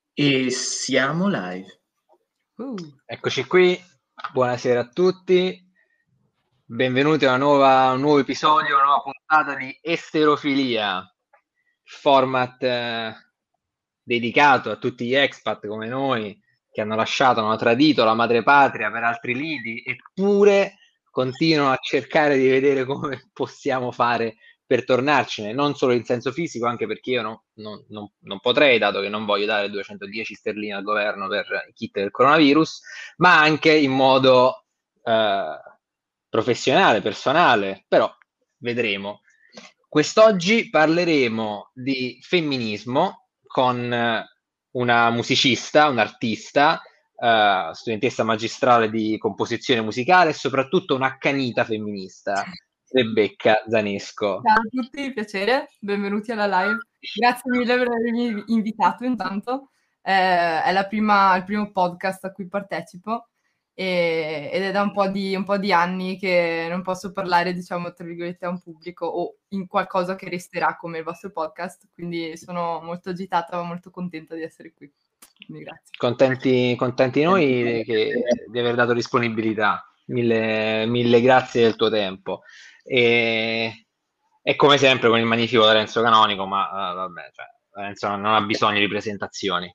E siamo live. Eccoci qui, buonasera a tutti, benvenuti a un nuovo episodio, una nuova puntata di Esterofilia, format dedicato a tutti gli expat come noi che hanno lasciato, hanno tradito la madrepatria per altri lidi, eppure continuano a cercare di vedere come possiamo fare per tornarcene, non solo in senso fisico, anche perché io non potrei, dato che non voglio dare 210 sterline al governo per i kit del coronavirus, ma anche in modo professionale, personale, però vedremo. Quest'oggi parleremo di femminismo con una musicista, un'artista, studentessa magistrale di composizione musicale e soprattutto un'accanita femminista, Rebecca Zanesco. Ciao a tutti, piacere, benvenuti alla live. Grazie mille per avermi invitato intanto. È il primo podcast a cui partecipo ed è da un po' di anni che non posso parlare, diciamo, tra virgolette, a un pubblico o in qualcosa che resterà come il vostro podcast, quindi sono molto agitata ma molto contenta di essere qui. Quindi grazie. Contenti noi di aver dato disponibilità. Mille grazie del tuo tempo. E come sempre con il magnifico Lorenzo Canonico, ma vabbè, cioè, Lorenzo non ha bisogno di presentazioni.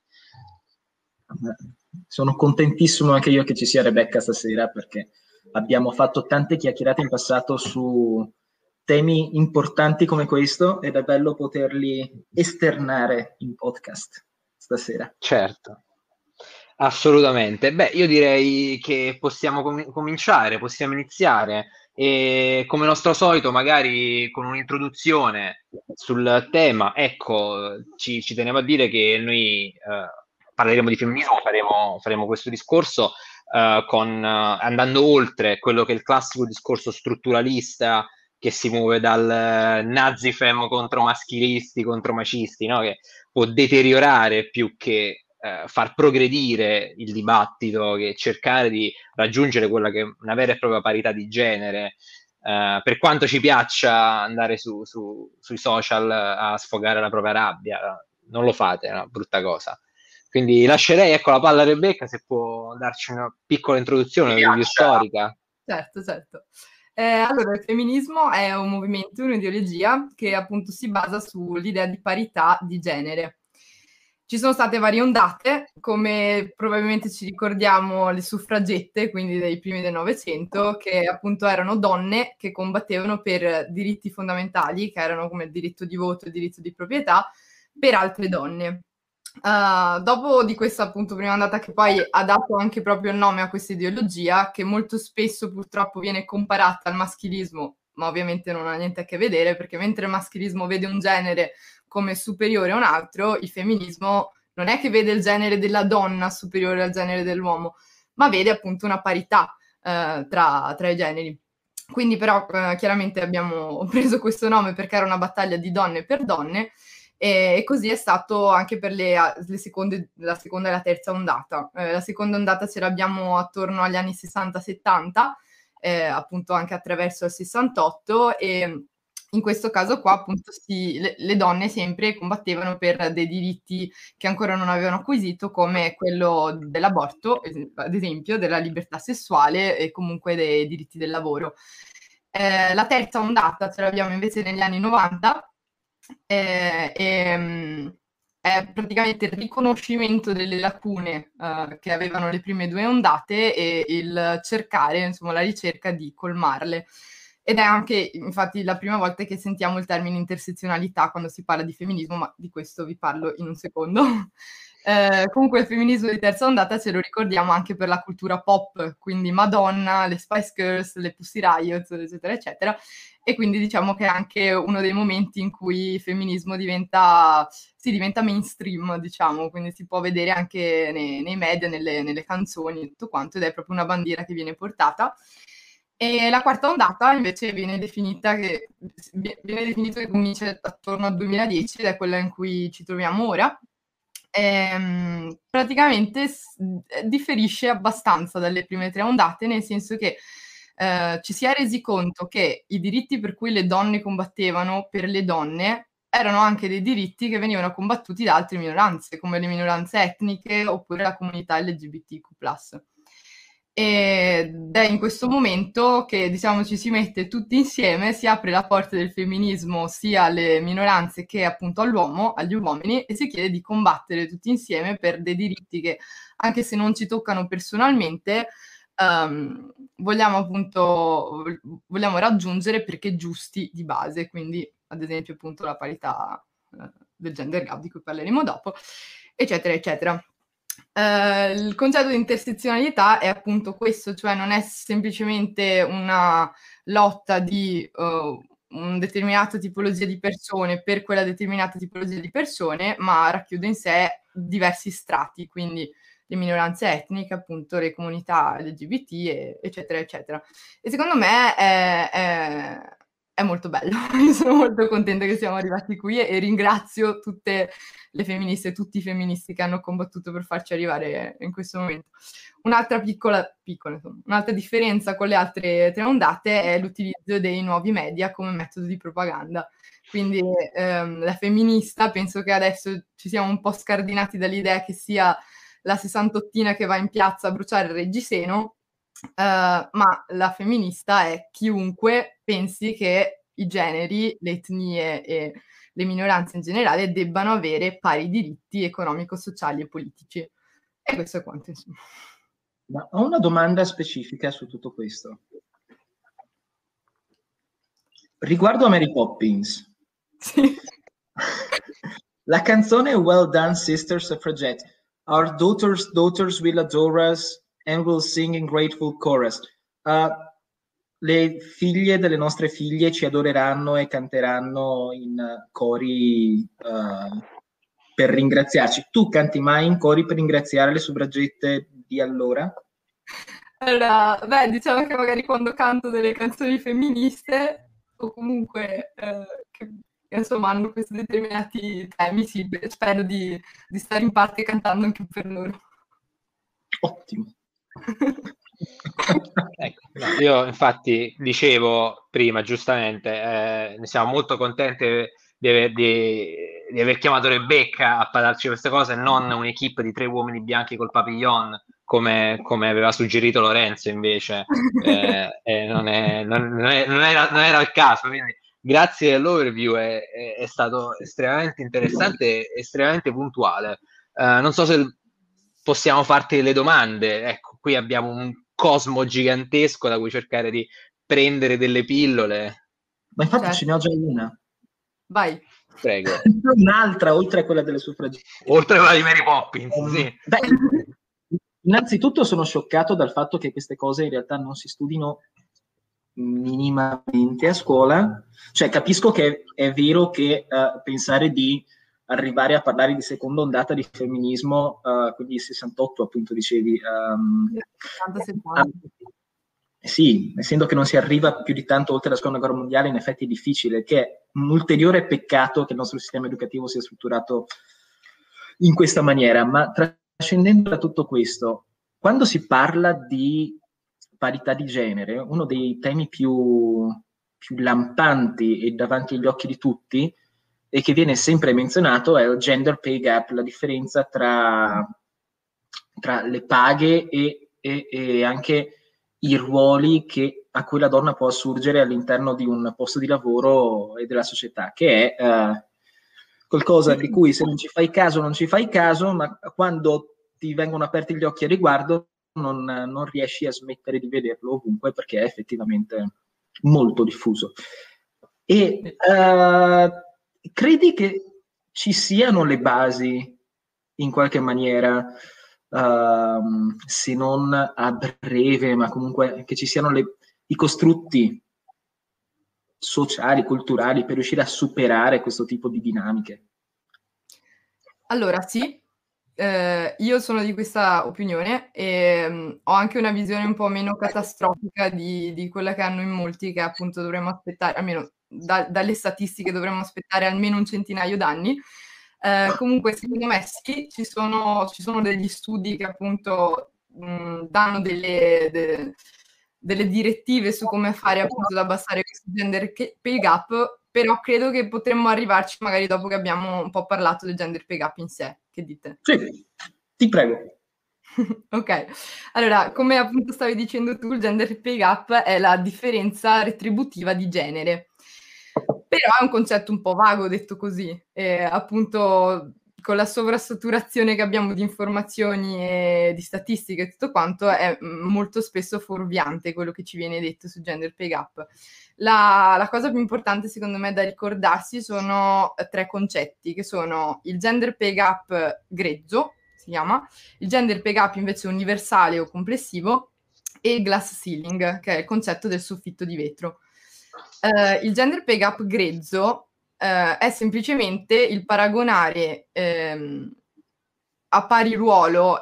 Sono contentissimo anche io che ci sia Rebecca stasera, perché abbiamo fatto tante chiacchierate in passato su temi importanti come questo ed è bello poterli esternare in podcast stasera. Certo, assolutamente. Beh, io direi che possiamo cominciare, possiamo iniziare e come nostro solito magari con un'introduzione sul tema. Ecco, ci tenevo a dire che noi parleremo di femminismo, faremo questo discorso andando oltre quello che è il classico discorso strutturalista che si muove dal nazifem contro maschilisti, contro macisti, no? Che può deteriorare più che far progredire il dibattito, che cercare di raggiungere quella che è una vera e propria parità di genere. Per quanto ci piaccia andare sui social a sfogare la propria rabbia, non lo fate, è una brutta cosa. Quindi lascerei, ecco, la palla a Rebecca, se può darci una piccola introduzione, una review storica. Certo. Allora, il femminismo è un movimento, un'ideologia che appunto si basa sull'idea di parità di genere. Ci sono state varie ondate, come probabilmente ci ricordiamo le suffragette, quindi dei primi del Novecento, che appunto erano donne che combattevano per diritti fondamentali, che erano come il diritto di voto e il diritto di proprietà, per altre donne. Dopo di questa appunto prima ondata, che poi ha dato anche proprio il nome a questa ideologia, che molto spesso purtroppo viene comparata al maschilismo, ma ovviamente non ha niente a che vedere, perché mentre il maschilismo vede un genere come superiore a un altro, il femminismo non è che vede il genere della donna superiore al genere dell'uomo, ma vede appunto una parità tra i generi. Quindi però chiaramente abbiamo preso questo nome perché era una battaglia di donne per donne, e così è stato anche per la seconda e la terza ondata. La seconda ondata ce l'abbiamo attorno agli anni 60-70, appunto anche attraverso il 68, e in questo caso qua appunto le donne sempre combattevano per dei diritti che ancora non avevano acquisito, come quello dell'aborto, ad esempio, della libertà sessuale e comunque dei diritti del lavoro. La terza ondata ce l'abbiamo invece negli anni 90, è praticamente il riconoscimento delle lacune che avevano le prime due ondate e il cercare, insomma, la ricerca di colmarle. Ed è anche, infatti, la prima volta che sentiamo il termine intersezionalità quando si parla di femminismo, ma di questo vi parlo in un secondo. Comunque il femminismo di terza ondata ce lo ricordiamo anche per la cultura pop, quindi Madonna, le Spice Girls, le Pussy Riot, eccetera, eccetera. E quindi diciamo che è anche uno dei momenti in cui il femminismo diventa mainstream, diciamo, quindi si può vedere anche nei media, nelle canzoni e tutto quanto, ed è proprio una bandiera che viene portata. E la quarta ondata invece viene definito che comincia attorno al 2010, ed è quella in cui ci troviamo ora. Praticamente differisce abbastanza dalle prime tre ondate, nel senso che ci si è resi conto che i diritti per cui le donne combattevano per le donne erano anche dei diritti che venivano combattuti da altre minoranze, come le minoranze etniche oppure la comunità LGBTQ+. Ed è in questo momento che, diciamo, ci si mette tutti insieme, si apre la porta del femminismo sia alle minoranze che appunto all'uomo, agli uomini, e si chiede di combattere tutti insieme per dei diritti che, anche se non ci toccano personalmente, vogliamo raggiungere perché giusti di base, quindi ad esempio appunto la parità del gender gap di cui parleremo dopo, eccetera, eccetera. Il concetto di intersezionalità è appunto questo, cioè non è semplicemente una lotta di una determinata tipologia di persone per quella determinata tipologia di persone, ma racchiude in sé diversi strati, quindi le minoranze etniche, appunto le comunità LGBT, eccetera, eccetera. E secondo me è molto bello. Io sono molto contenta che siamo arrivati qui e ringrazio tutte le femministe, tutti i femministi che hanno combattuto per farci arrivare in questo momento. Un'altra un'altra differenza con le altre 3 ondate è l'utilizzo dei nuovi media come metodo di propaganda. Quindi la femminista, penso che adesso ci siamo un po' scardinati dall'idea che sia la sessantottina che va in piazza a bruciare il reggiseno, ma la femminista è chiunque pensi che i generi, le etnie e le minoranze in generale debbano avere pari diritti economico-sociali e politici. E questo è quanto, insomma. Ma ho una domanda specifica su tutto questo. Riguardo a Mary Poppins. Sì. La canzone Well Done Sister Suffragette. Our daughters will adore us and will sing in grateful chorus. Le figlie delle nostre figlie ci adoreranno e canteranno in cori per ringraziarci. Tu canti mai in cori per ringraziare le suffragette di allora? Allora, beh, diciamo che magari quando canto delle canzoni femministe o comunque che insomma hanno questi determinati temi, sì, spero di stare in parte cantando anche per loro. Ottimo. Ecco, no, io infatti dicevo prima, giustamente, ne siamo molto contenti di aver chiamato Rebecca a parlarci di queste cose e non un'equipe di 3 uomini bianchi col papillon come aveva suggerito Lorenzo invece, non era il caso, quindi grazie all'overview, è stato estremamente interessante, estremamente puntuale. Non so se possiamo farti le domande, ecco, qui abbiamo un cosmo gigantesco da cui cercare di prendere delle pillole. Ma infatti ce ne ho già una. Vai. Prego. Un'altra, oltre a quella delle suffragette. Oltre a quella di Mary Poppins, sì. Beh, innanzitutto sono scioccato dal fatto che queste cose in realtà non si studino minimamente a scuola. Cioè, capisco che è vero che pensare di arrivare a parlare di seconda ondata di femminismo, quindi il 68 appunto dicevi, sì, essendo che non si arriva più di tanto oltre la seconda guerra mondiale, in effetti è difficile, che è un ulteriore peccato che il nostro sistema educativo sia strutturato in questa maniera. Ma trascendendo da tutto questo, quando si parla di parità di genere, uno dei temi più lampanti e davanti agli occhi di tutti e che viene sempre menzionato è il gender pay gap, la differenza tra le paghe e anche i ruoli a cui la donna può assurgere all'interno di un posto di lavoro e della società, che è qualcosa di cui se non ci fai caso non ci fai caso, ma quando ti vengono aperti gli occhi a riguardo non riesci a smettere di vederlo ovunque, perché è effettivamente molto diffuso. E credi che ci siano le basi in qualche maniera, se non a breve, ma comunque che ci siano i costrutti sociali, culturali per riuscire a superare questo tipo di dinamiche? Allora, sì, io sono di questa opinione e ho anche una visione un po' meno catastrofica di quella che hanno in molti, che appunto dovremmo aspettare, almeno dalle statistiche dovremmo aspettare almeno un centinaio d'anni. Comunque secondo me sì, ci sono degli studi che appunto danno delle direttive su come fare appunto ad abbassare questo gender pay gap, però credo che potremmo arrivarci magari dopo che abbiamo un po' parlato del gender pay gap in sé. Che dite? Sì, ti prego. Ok, allora, come appunto stavi dicendo tu, il gender pay gap è la differenza retributiva di genere, però è un concetto un po' vago detto così, appunto con la sovrasaturazione che abbiamo di informazioni e di statistiche e tutto quanto è molto spesso fuorviante quello che ci viene detto sul gender pay gap. La cosa più importante secondo me da ricordarsi sono 3 concetti, che sono il gender pay gap grezzo, si chiama, il gender pay gap invece universale o complessivo, e il glass ceiling, che è il concetto del soffitto di vetro. Il gender pay gap grezzo è semplicemente il paragonare a pari ruolo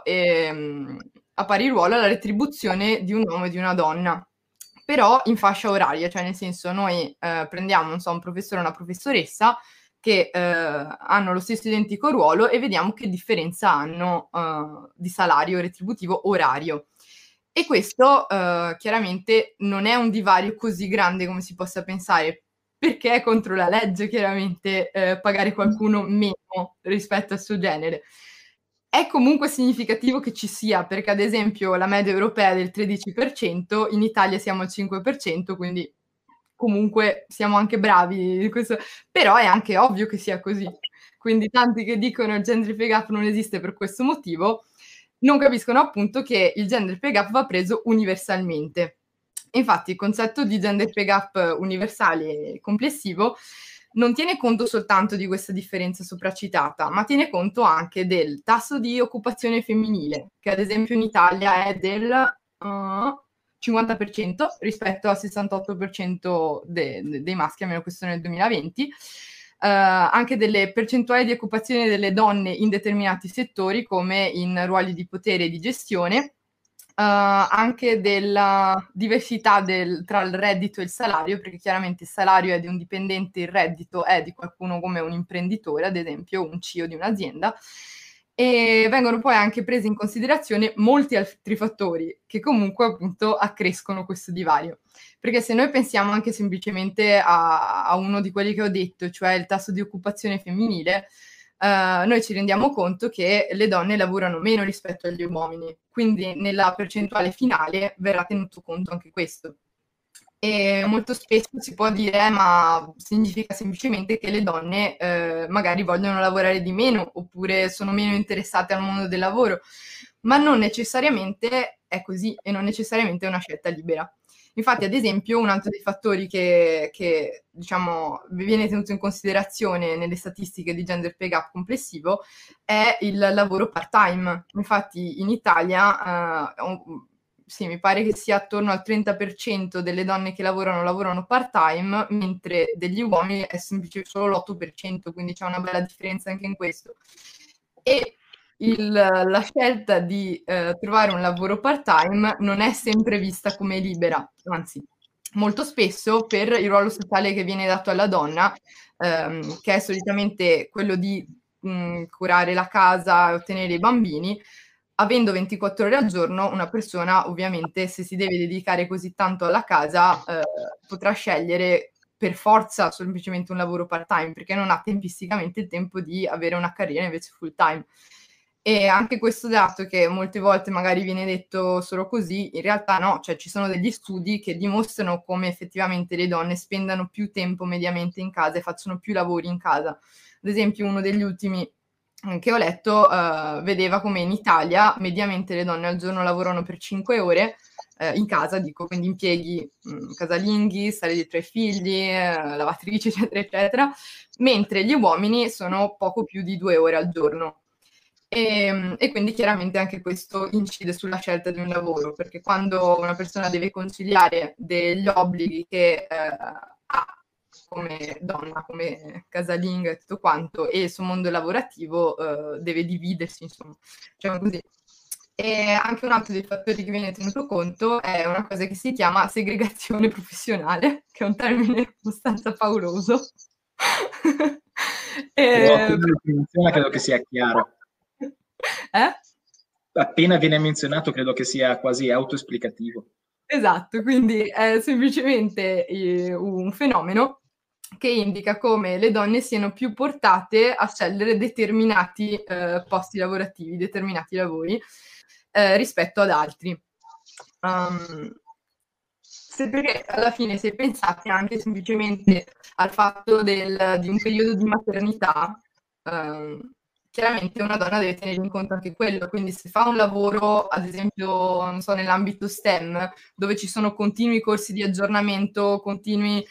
la retribuzione di un uomo e di una donna, però in fascia oraria, cioè nel senso noi prendiamo, non so, un professore o una professoressa che hanno lo stesso identico ruolo e vediamo che differenza hanno di salario retributivo orario. E questo chiaramente non è un divario così grande come si possa pensare, perché è contro la legge chiaramente pagare qualcuno meno rispetto al suo genere. È comunque significativo che ci sia, perché ad esempio la media europea è del 13%, in Italia siamo al 5%, quindi comunque siamo anche bravi, però è anche ovvio che sia così. Quindi tanti che dicono il gender pay gap non esiste per questo motivo, non capiscono appunto che il gender pay gap va preso universalmente. Infatti il concetto di gender pay gap universale e complessivo non tiene conto soltanto di questa differenza sopracitata, ma tiene conto anche del tasso di occupazione femminile, che ad esempio in Italia è del 50% rispetto al 68% dei maschi, almeno questo nel 2020. Anche delle percentuali di occupazione delle donne in determinati settori, come in ruoli di potere e di gestione, anche della diversità tra il reddito e il salario, perché chiaramente il salario è di un dipendente, il reddito è di qualcuno come un imprenditore, ad esempio un CEO di un'azienda, e vengono poi anche presi in considerazione molti altri fattori che comunque appunto accrescono questo divario. Perché se noi pensiamo anche semplicemente a uno di quelli che ho detto, cioè il tasso di occupazione femminile, noi ci rendiamo conto che le donne lavorano meno rispetto agli uomini, quindi nella percentuale finale verrà tenuto conto anche questo. E molto spesso si può dire, ma significa semplicemente che le donne magari vogliono lavorare di meno oppure sono meno interessate al mondo del lavoro, ma non necessariamente è così e non necessariamente è una scelta libera. Infatti, ad esempio, un altro dei fattori che diciamo, viene tenuto in considerazione nelle statistiche di gender pay gap complessivo è il lavoro part-time. Infatti, in Italia, sì, mi pare che sia attorno al 30% delle donne che lavorano part-time, mentre degli uomini è semplicemente solo l'8%, quindi c'è una bella differenza anche in questo. E la scelta di trovare un lavoro part-time non è sempre vista come libera, anzi, molto spesso per il ruolo sociale che viene dato alla donna, che è solitamente quello di curare la casa e ottenere i bambini, avendo 24 ore al giorno, una persona ovviamente se si deve dedicare così tanto alla casa potrà scegliere per forza semplicemente un lavoro part-time, perché non ha tempisticamente il tempo di avere una carriera invece full-time. E anche questo dato che molte volte magari viene detto solo così, in realtà no, cioè ci sono degli studi che dimostrano come effettivamente le donne spendano più tempo mediamente in casa e facciano più lavori in casa. Ad esempio uno degli ultimi che ho letto vedeva come in Italia mediamente le donne al giorno lavorano per 5 ore in casa, dico, quindi impieghi casalinghi, stare dietro ai figli, lavatrici, eccetera, eccetera, mentre gli uomini sono poco più di 2 ore al giorno. E quindi chiaramente anche questo incide sulla scelta di un lavoro, perché quando una persona deve conciliare degli obblighi che ha come donna, come casalinga e tutto quanto, e il suo mondo lavorativo deve dividersi, insomma. Cioè così. E anche un altro dei fattori che viene tenuto conto è una cosa che si chiama segregazione professionale, che è un termine abbastanza pauroso. Credo che sia chiaro. Appena viene menzionato credo che sia quasi autoesplicativo. Esatto, quindi è semplicemente un fenomeno che indica come le donne siano più portate a scegliere determinati posti lavorativi, determinati lavori rispetto ad altri. Perché alla fine, se pensate anche semplicemente al fatto di un periodo di maternità, chiaramente una donna deve tenere in conto anche quello, quindi se fa un lavoro, ad esempio, non so, nell'ambito STEM, dove ci sono continui corsi di aggiornamento, continui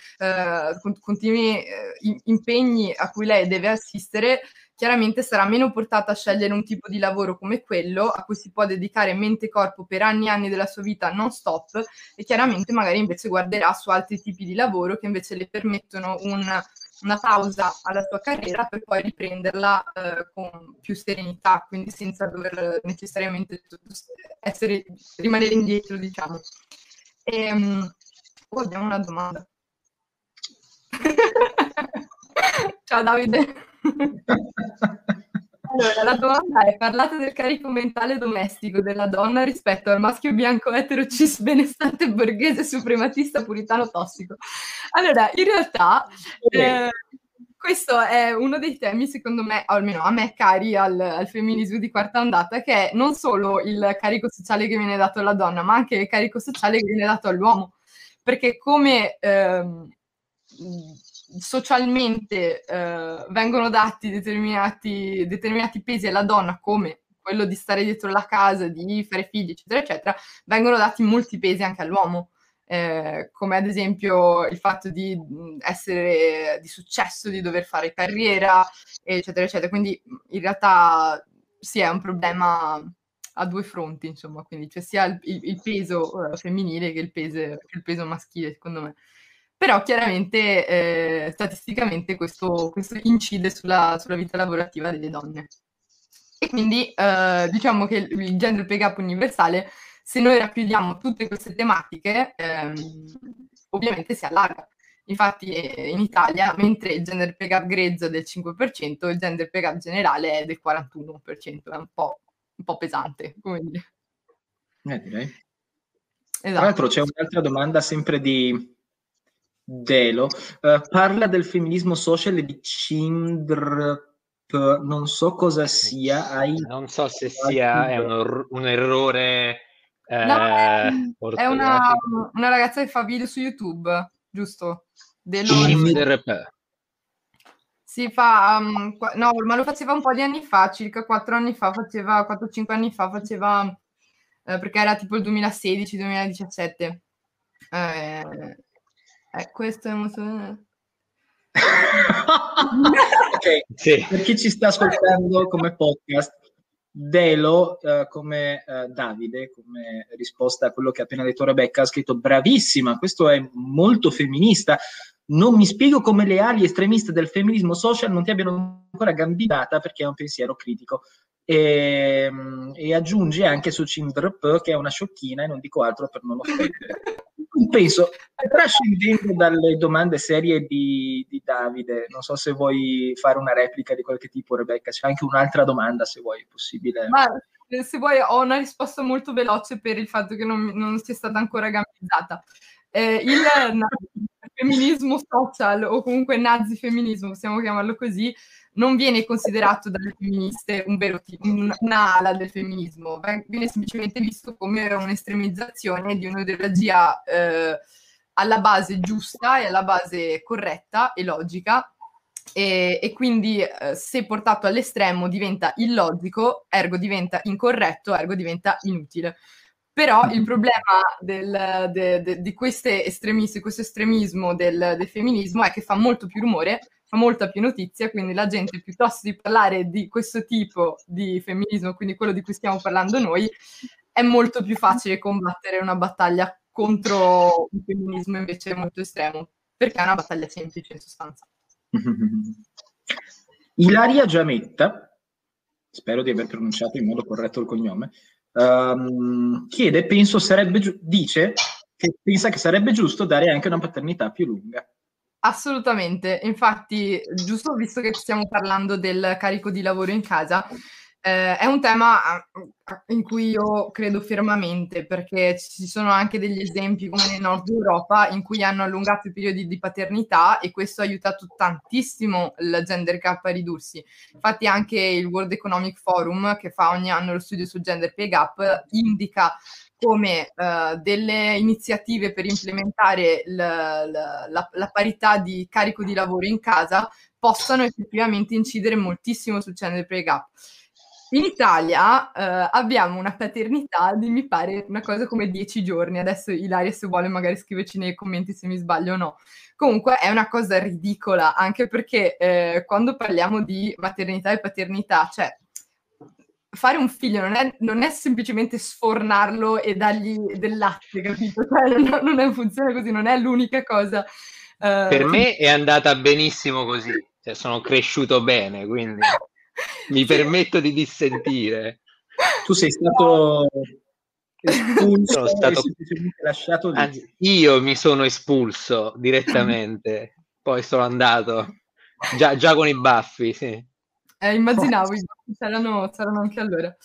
impegni a cui lei deve assistere, chiaramente sarà meno portata a scegliere un tipo di lavoro come quello, a cui si può dedicare mente e corpo per anni e anni della sua vita non stop, e chiaramente magari invece guarderà su altri tipi di lavoro che invece le permettono una pausa alla sua carriera per poi riprenderla con più serenità, quindi senza dover necessariamente rimanere indietro, diciamo. Abbiamo una domanda. Ciao Davide. Allora, la domanda è: parlate del carico mentale domestico della donna rispetto al maschio bianco etero cis benestante borghese suprematista puritano tossico. Allora, in realtà questo è uno dei temi, secondo me, o almeno a me cari al femminismo di quarta ondata, che è non solo il carico sociale che viene dato alla donna, ma anche il carico sociale che viene dato all'uomo. Perché come socialmente vengono dati determinati pesi alla donna, come quello di stare dietro la casa, di fare figli, eccetera, eccetera, vengono dati molti pesi anche all'uomo. Come ad esempio il fatto di essere di successo, di dover fare carriera, eccetera, eccetera. Quindi in realtà sì, è un problema a due fronti, insomma, quindi c'è sia il peso femminile che il peso maschile, secondo me. Però chiaramente statisticamente questo incide sulla vita lavorativa delle donne. E quindi diciamo che il gender pay gap universale, se noi racchiudiamo tutte queste tematiche, ovviamente si allarga. Infatti in Italia, mentre il gender pay gap grezzo è del 5%, il gender pay gap generale è del 41%, è un po' pesante, come dire. Direi. Esatto. Tra l'altro c'è un'altra domanda sempre di Delo, parla del femminismo social e di Cindr, non so cosa sia. Non so se sia è un errore no, è una ragazza che fa video su YouTube, giusto? Si fa, no, ma lo faceva un po' di anni fa, circa 4 anni fa, 4-5 anni fa, faceva, perché era tipo il 2016-2017. Questo è molto... Ok, sì. Per chi ci sta ascoltando come podcast, Delo, come Davide, come risposta a quello che ha appena detto Rebecca, ha scritto: bravissima, questo è molto femminista. Non mi spiego come le ali estremiste del femminismo social non ti abbiano ancora gambinata, perché è un pensiero critico. E aggiunge anche su Cindrp che è una sciocchina, e non dico altro per non offendere. Penso, trascendendo dalle domande serie di Davide, non so se vuoi fare una replica di qualche tipo, Rebecca. C'è anche un'altra domanda, se vuoi, possibile. Ma se vuoi ho una risposta molto veloce per il fatto che non sia stata ancora gambizzata. Il femminismo social, o comunque nazifemminismo, possiamo chiamarlo così, non viene considerato dalle femministe una ala del femminismo, viene semplicemente visto come un'estremizzazione di un'ideologia alla base giusta e alla base corretta e logica, e quindi se portato all'estremo diventa illogico, ergo diventa incorretto, ergo diventa inutile. Però il problema di queste estremiste, questo estremismo del femminismo è che fa molto più rumore, fa molta più notizia, quindi la gente, piuttosto di parlare di questo tipo di femminismo, quindi quello di cui stiamo parlando noi, è molto più facile combattere una battaglia contro un femminismo invece molto estremo, perché è una battaglia semplice in sostanza. Ilaria Giametta, spero di aver pronunciato in modo corretto il cognome, chiede, dice che pensa che sarebbe giusto dare anche una paternità più lunga. Assolutamente, infatti, giusto visto che stiamo parlando del carico di lavoro in casa, È un tema in cui io credo fermamente, perché ci sono anche degli esempi come nel nord Europa in cui hanno allungato i periodi di paternità e questo ha aiutato tantissimo il gender gap a ridursi. Infatti anche il World Economic Forum, che fa ogni anno lo studio sul gender pay gap, indica come delle iniziative per implementare la parità di carico di lavoro in casa possano effettivamente incidere moltissimo sul gender pay gap. In Italia abbiamo una paternità di, mi pare, una cosa come 10 giorni. Adesso Ilaria, se vuole, magari scriveci nei commenti se mi sbaglio o no. Comunque è una cosa ridicola, anche perché quando parliamo di maternità e paternità, cioè fare un figlio non è semplicemente sfornarlo e dargli del latte, capito? Cioè, non funziona così, non è l'unica cosa. Per me è andata benissimo così, cioè, sono cresciuto bene, quindi mi permetto di dissentire. Tu sei stato espulso Sono stato... e semplicemente lasciato lì. Anzi, io mi sono espulso direttamente, poi sono andato già con i baffi, sì. Immaginavo, saranno anche allora.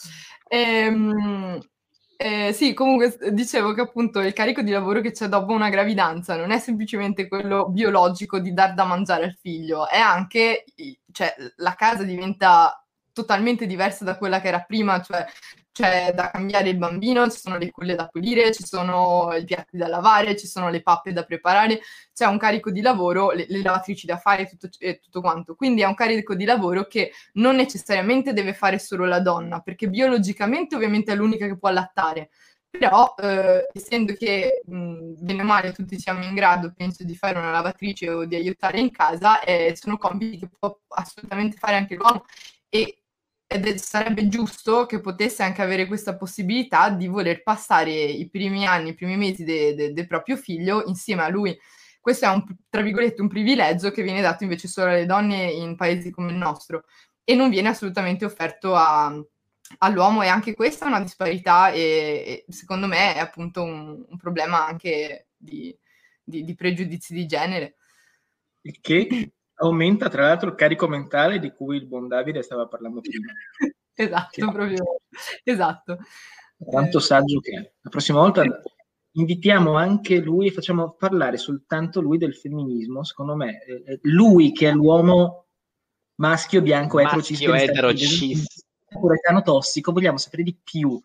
Sì, comunque dicevo che appunto il carico di lavoro che c'è dopo una gravidanza non è semplicemente quello biologico di dar da mangiare al figlio, è anche, cioè, la casa diventa totalmente diversa da quella che era prima, cioè c'è da cambiare il bambino, ci sono le culle da pulire, ci sono i piatti da lavare, ci sono le pappe da preparare, c'è un carico di lavoro, le lavatrici da fare e tutto quanto. Quindi è un carico di lavoro che non necessariamente deve fare solo la donna, perché biologicamente ovviamente è l'unica che può allattare. Però, essendo che bene o male tutti siamo in grado, penso, di fare una lavatrice o di aiutare in casa, sono compiti che può assolutamente fare anche l'uomo. Ed sarebbe giusto che potesse anche avere questa possibilità di voler passare i primi anni, i primi mesi del proprio figlio insieme a lui. Questo è tra virgolette, un privilegio che viene dato invece solo alle donne in paesi come il nostro e non viene assolutamente offerto all'uomo, e anche questa è una disparità e secondo me è appunto un problema anche di pregiudizi di genere. Il che aumenta tra l'altro il carico mentale di cui il buon Davide stava parlando prima. Esatto, proprio, esatto. Tanto saggio che è. La prossima volta invitiamo anche lui e facciamo parlare soltanto lui del femminismo. Secondo me, lui che è l'uomo maschio, bianco, Maschio, etero, cis, puritano tossico, vogliamo sapere di più.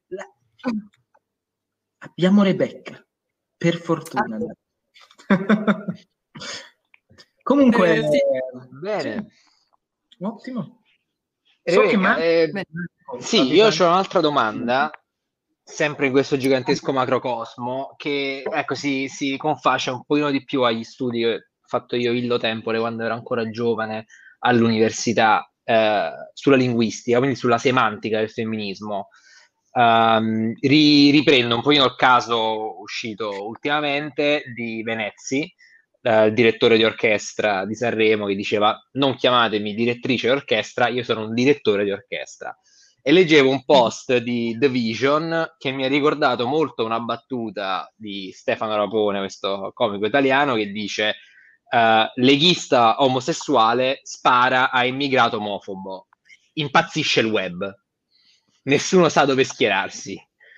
Abbiamo Rebecca, per fortuna. Comunque, sì. Bene. Ottimo. Rebecca, sì, io ho un'altra domanda, sempre in questo gigantesco macrocosmo, che ecco, si confaccia un pochino di più agli studi che ho fatto io illo tempore quando ero ancora giovane all'università, sulla linguistica, quindi sulla semantica del femminismo. Riprendo un pochino il caso uscito ultimamente di Venezzi, il direttore di orchestra di Sanremo, che diceva: non chiamatemi direttrice d'orchestra, io sono un direttore di orchestra. E leggevo un post di The Vision che mi ha ricordato molto una battuta di Stefano Rapone, questo comico italiano, che dice: leghista omosessuale spara a immigrato omofobo, impazzisce il web, nessuno sa dove schierarsi.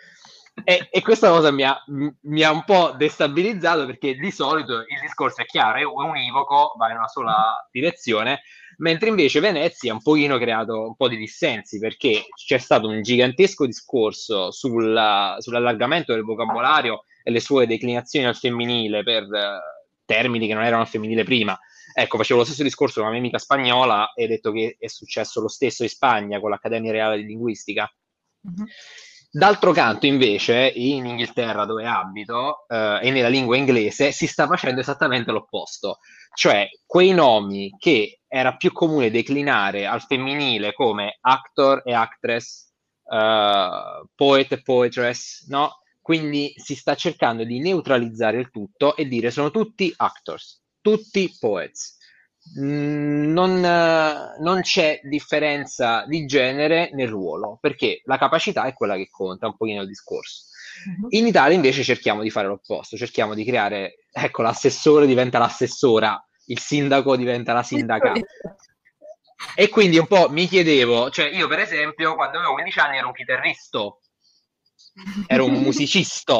E questa cosa mi ha un po' destabilizzato, perché di solito il discorso è chiaro, è univoco, va in una sola direzione, mentre invece Venezia ha un pochino creato un po' di dissensi, perché c'è stato un gigantesco discorso sull'allargamento del vocabolario e le sue declinazioni al femminile per termini che non erano al femminile prima. Ecco, facevo lo stesso discorso con una mia amica spagnola e ho detto che è successo lo stesso in Spagna con l'Accademia Reale di Linguistica. Mm-hmm. D'altro canto, invece, in Inghilterra, dove abito, e nella lingua inglese, si sta facendo esattamente l'opposto. Cioè, quei nomi che era più comune declinare al femminile come actor e actress, poet e poetress, no? Quindi si sta cercando di neutralizzare il tutto e dire sono tutti actors, tutti poets. Non c'è differenza di genere nel ruolo, perché la capacità è quella che conta un pochino il discorso. In Italia invece cerchiamo di fare l'opposto, cerchiamo di creare, ecco, l'assessore diventa l'assessora, il sindaco diventa la sindaca. E quindi un po' mi chiedevo, cioè io per esempio quando avevo 15 anni ero un chitarrista, ero un musicista.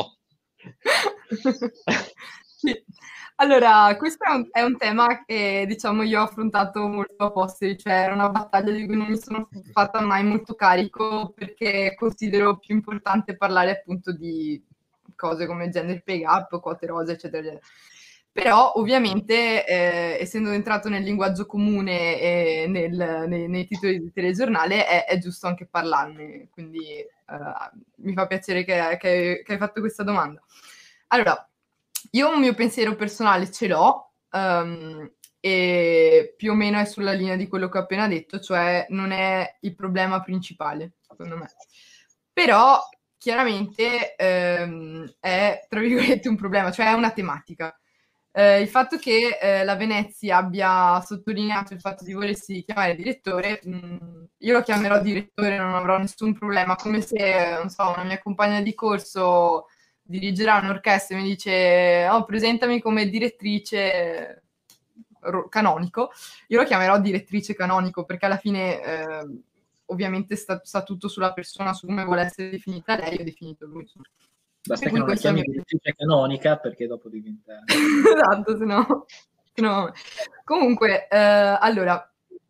Sì. Allora, questo è un tema che, diciamo, io ho affrontato molto a posteri, cioè era una battaglia di cui non mi sono fatta mai molto carico, perché considero più importante parlare appunto di cose come gender pay gap, quote rosa, eccetera, eccetera. Però ovviamente, essendo entrato nel linguaggio comune e nei titoli di telegiornale, è giusto anche parlarne, quindi mi fa piacere che hai fatto questa domanda. Allora, io un mio pensiero personale ce l'ho, e più o meno è sulla linea di quello che ho appena detto, cioè non è il problema principale, secondo me. Però chiaramente è, tra virgolette, un problema, cioè è una tematica. Il fatto che la Venezia abbia sottolineato il fatto di volersi chiamare direttore, io lo chiamerò direttore, non avrò nessun problema, come se, non so, una mia compagna di corso dirigerà un'orchestra e mi dice oh, presentami come direttrice canonico, io lo chiamerò direttrice canonico perché alla fine ovviamente sta tutto sulla persona, su come vuole essere definita lei o definito lui. Basta che non la chiami direttrice canonica perché dopo diventa... Esatto, se no... Comunque, allora,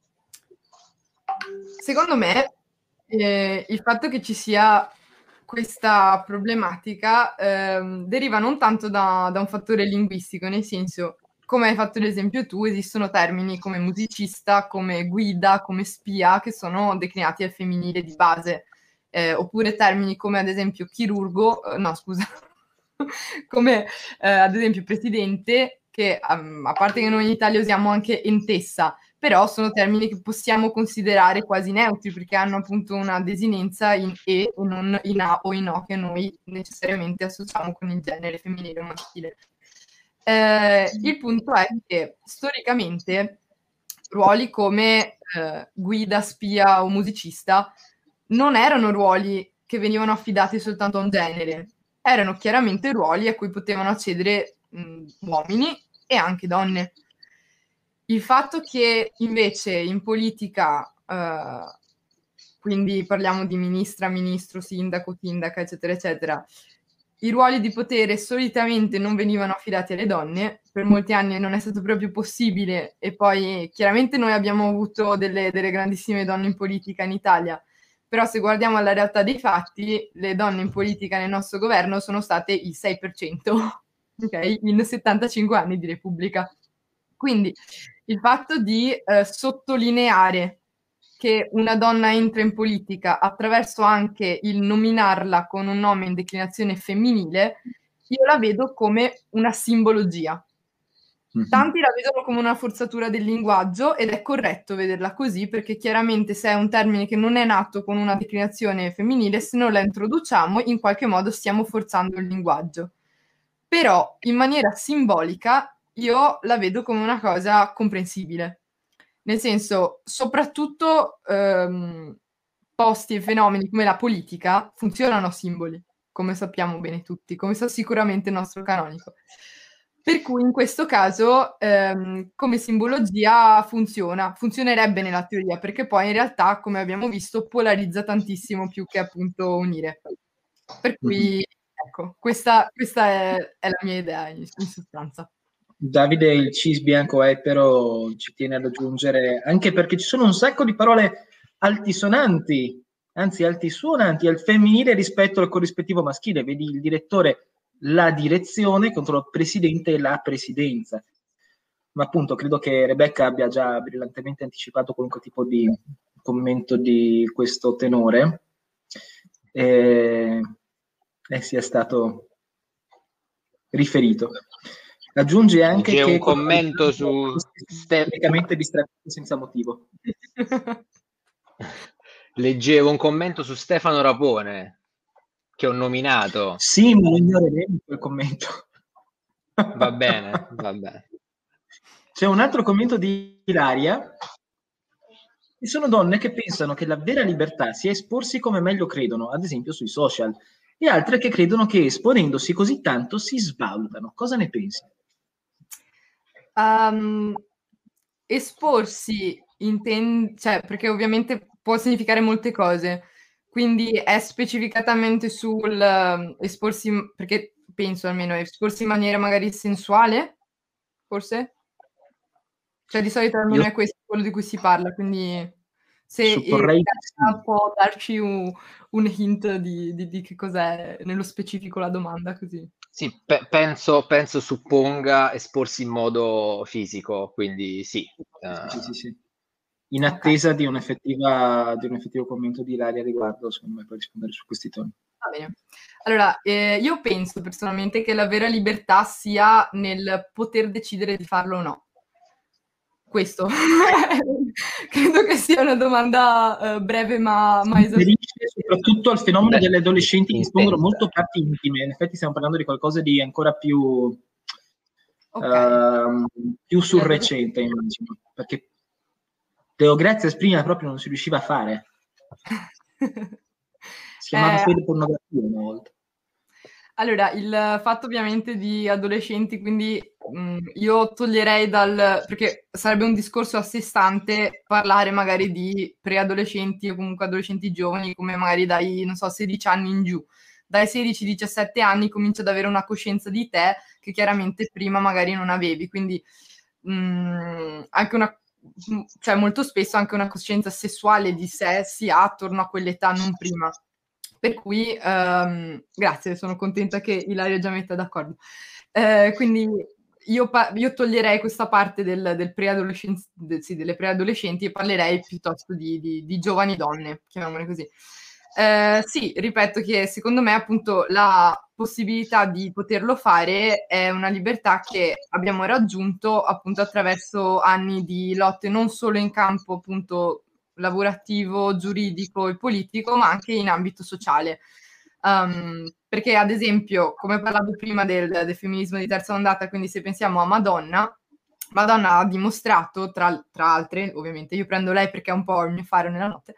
secondo me il fatto che ci sia questa problematica deriva non tanto da un fattore linguistico, nel senso, come hai fatto l'esempio tu, esistono termini come musicista, come guida, come spia, che sono declinati al femminile di base, oppure termini come ad esempio chirurgo, no scusa, come ad esempio presidente, che a parte che noi in Italia usiamo anche entessa, però sono termini che possiamo considerare quasi neutri perché hanno appunto una desinenza in e non in a o in o che noi necessariamente associamo con il genere femminile o maschile. Il punto è che storicamente ruoli come guida, spia o musicista non erano ruoli che venivano affidati soltanto a un genere, erano chiaramente ruoli a cui potevano accedere uomini e anche donne. Il fatto che invece in politica, quindi parliamo di ministra, ministro, sindaco, sindaca, eccetera, eccetera, i ruoli di potere solitamente non venivano affidati alle donne, per molti anni non è stato proprio possibile e poi chiaramente noi abbiamo avuto delle grandissime donne in politica in Italia, però se guardiamo alla realtà dei fatti, le donne in politica nel nostro governo sono state il 6%, ok? In 75 anni di Repubblica. Quindi il fatto di sottolineare che una donna entra in politica attraverso anche il nominarla con un nome in declinazione femminile, io la vedo come una simbologia. Tanti la vedono come una forzatura del linguaggio ed è corretto vederla così perché chiaramente se è un termine che non è nato con una declinazione femminile, se non la introduciamo in qualche modo stiamo forzando il linguaggio. Però in maniera simbolica io la vedo come una cosa comprensibile. Nel senso, soprattutto posti e fenomeni come la politica funzionano a simboli, come sappiamo bene tutti, come sa sicuramente il nostro canonico. Per cui in questo caso come simbologia funzionerebbe nella teoria, perché poi in realtà, come abbiamo visto, polarizza tantissimo più che appunto unire. Per cui, ecco, questa è la mia idea in sostanza. Davide, il cis bianco etero, ci tiene ad aggiungere, anche perché ci sono un sacco di parole altisonanti, anzi altisuonanti al femminile rispetto al corrispettivo maschile. Vedi il direttore, la direzione contro il presidente e la presidenza. Ma appunto credo che Rebecca abbia già brillantemente anticipato qualunque tipo di commento di questo tenore e sia stato riferito. Aggiunge anche C'è che un commento su distratto senza motivo. Leggevo un commento su Stefano Rapone che ho nominato. Sì, ma lo ignoreremo quel commento. Va bene, va bene. C'è un altro commento di Ilaria. Ci sono donne che pensano che la vera libertà sia esporsi come meglio credono, ad esempio sui social, e altre che credono che esponendosi così tanto si svalutano. Cosa ne pensi? Esporsi cioè, perché ovviamente può significare molte cose, quindi è specificatamente sul esporsi, perché penso almeno, esporsi in maniera magari sensuale, forse? Cioè di solito Io almeno è questo quello di cui si parla, quindi se supporrei di Gaia sì. può darci un hint di che cos'è nello specifico la domanda, così. Sì, penso supponga esporsi in modo fisico, quindi sì. Sì, sì, sì. In Ok. attesa di un effettivo commento di Ilaria a riguardo, secondo me puoi rispondere su questi toni. Va bene. Allora, io penso personalmente che la vera libertà sia nel poter decidere di farlo o no. Questo. Credo che sia una domanda breve ma Si esaustiva. riferisce soprattutto al fenomeno Beh, delle adolescenti che espongono intensa. molto parti intime. In effetti stiamo parlando di qualcosa di ancora Ok. più sul recente, immagino, perché Teo Grazia prima proprio non si riusciva a fare. Si chiamava Eh, pedopornografia una volta. Allora, il fatto ovviamente di adolescenti, quindi io toglierei perché sarebbe un discorso a sé stante parlare magari di preadolescenti o comunque adolescenti giovani, come magari dai, non so, 16 anni in giù. Dai 16-17 anni cominci ad avere una coscienza di te che chiaramente prima magari non avevi, quindi anche cioè molto spesso anche una coscienza sessuale di sé si ha attorno a quell'età, non prima. Per cui, grazie, sono contenta che Ilaria già metta d'accordo. Quindi io toglierei questa parte del sì, delle preadolescenti e parlerei piuttosto di giovani donne, chiamiamole così. Sì, ripeto che secondo me appunto la possibilità di poterlo fare è una libertà che abbiamo raggiunto appunto attraverso anni di lotte non solo in campo appunto lavorativo, giuridico e politico, ma anche in ambito sociale. Perché ad esempio, come parlavo prima del femminismo di terza ondata, quindi se pensiamo a Madonna ha dimostrato, tra altre, ovviamente io prendo lei perché è un po' il mio faro nella notte,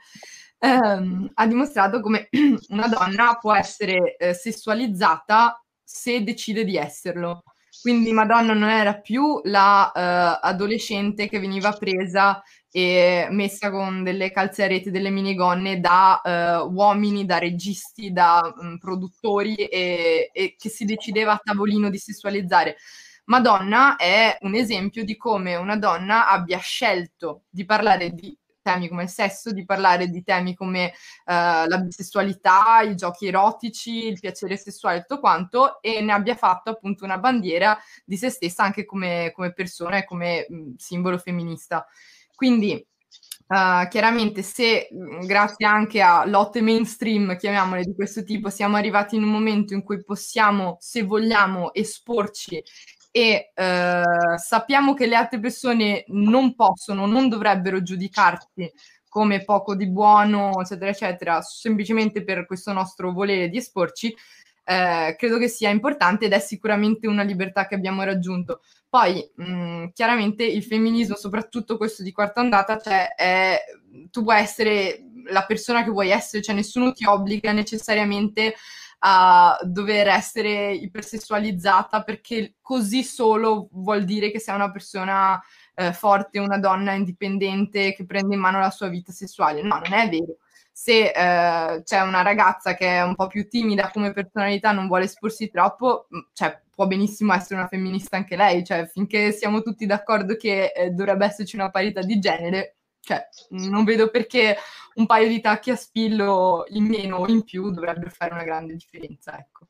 ha dimostrato come una donna può essere sessualizzata se decide di esserlo. Quindi Madonna non era più la adolescente che veniva presa e messa con delle calze a rete, delle minigonne da uomini, da registi, da produttori e che si decideva a tavolino di sessualizzare. Madonna è un esempio di come una donna abbia scelto di parlare di temi come il sesso, di parlare di temi come la bisessualità, i giochi erotici, il piacere sessuale e tutto quanto, e ne abbia fatto appunto una bandiera di se stessa anche come persona e come simbolo femminista. Quindi chiaramente se grazie anche a lotte mainstream, chiamiamole di questo tipo, siamo arrivati in un momento in cui possiamo, se vogliamo, esporci e sappiamo che le altre persone non possono, non dovrebbero giudicarti come poco di buono, eccetera, eccetera, semplicemente per questo nostro volere di esporci, credo che sia importante ed è sicuramente una libertà che abbiamo raggiunto. Poi, chiaramente il femminismo, soprattutto questo di quarta ondata, cioè tu puoi essere la persona che vuoi essere, cioè nessuno ti obbliga necessariamente a dover essere ipersessualizzata perché così solo vuol dire che sei una persona forte, una donna indipendente che prende in mano la sua vita sessuale. No, non è vero. Se c'è una ragazza che è un po' più timida come personalità, non vuole esporsi troppo, cioè può benissimo essere una femminista anche lei, cioè finché siamo tutti d'accordo che dovrebbe esserci una parità di genere, cioè non vedo perché un paio di tacchi a spillo in meno o in più dovrebbero fare una grande differenza, ecco.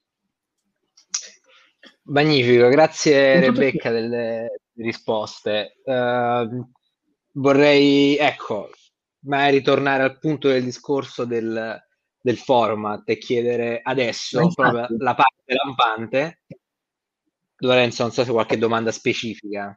Magnifico, grazie In tutto Rebecca delle risposte. Vorrei, ecco, magari ritornare al punto del discorso del format e chiedere ma adesso proprio infatti, la parte lampante. Lorenzo, non so se qualche domanda specifica.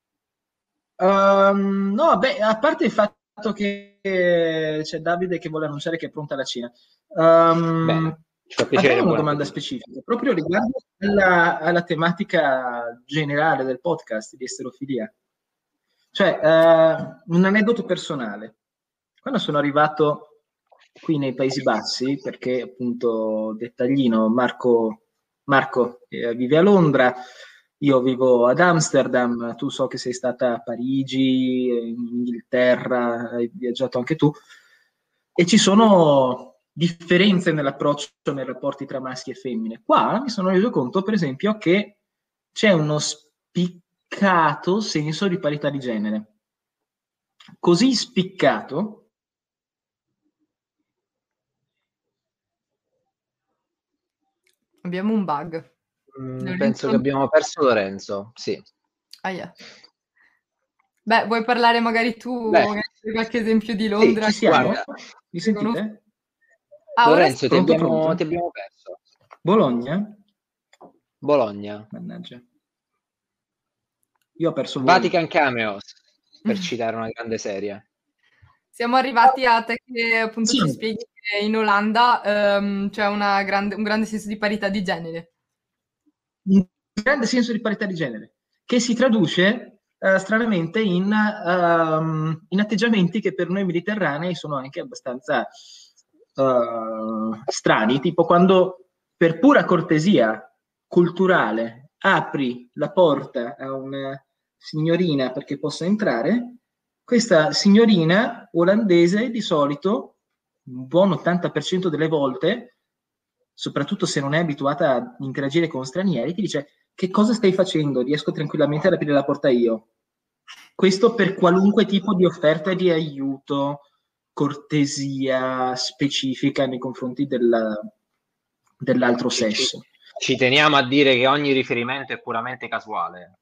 no, beh, a parte il fatto che c'è Davide che vuole annunciare che è pronta la cena, Bene, ci fa piacere, avrei una buon domanda appetito. specifica, proprio riguardo alla tematica generale del podcast di esterofilia. Cioè, un aneddoto personale. Quando sono arrivato qui nei Paesi Bassi, perché appunto dettaglino, Marco vive a Londra, Io vivo ad Amsterdam, tu so che sei stata a Parigi, in Inghilterra, hai viaggiato anche tu, e ci sono differenze nell'approccio nei rapporti tra maschi e femmine. Qua mi sono reso conto, per esempio, che c'è uno spiccato senso di parità di genere. Così spiccato. Abbiamo un bug. Penso che abbiamo perso Lorenzo, sì. Yeah. Beh, vuoi parlare magari tu, magari qualche esempio di Londra? Sì, ci siamo? Guarda, Mi sentite? Lorenzo, ti pronto, abbiamo pronto? perso. Bologna? Bologna. Mannaggia. Io ho perso voi. Vatican Cameos, per citare una grande serie. Siamo arrivati a te che appunto Sì. ci spieghi che in Olanda c'è un grande senso di parità di genere. Un grande senso di parità di genere, che si traduce stranamente in atteggiamenti che per noi mediterranei sono anche abbastanza strani, tipo quando per pura cortesia culturale apri la porta a una signorina perché possa entrare, questa signorina olandese di solito, un buon 80% delle volte, soprattutto se non è abituata a interagire con stranieri, ti dice: che cosa stai facendo? Riesco tranquillamente ad aprire la porta io. Questo per qualunque tipo di offerta di aiuto, cortesia specifica nei confronti dell'altro sesso. Ci teniamo a dire che ogni riferimento è puramente casuale.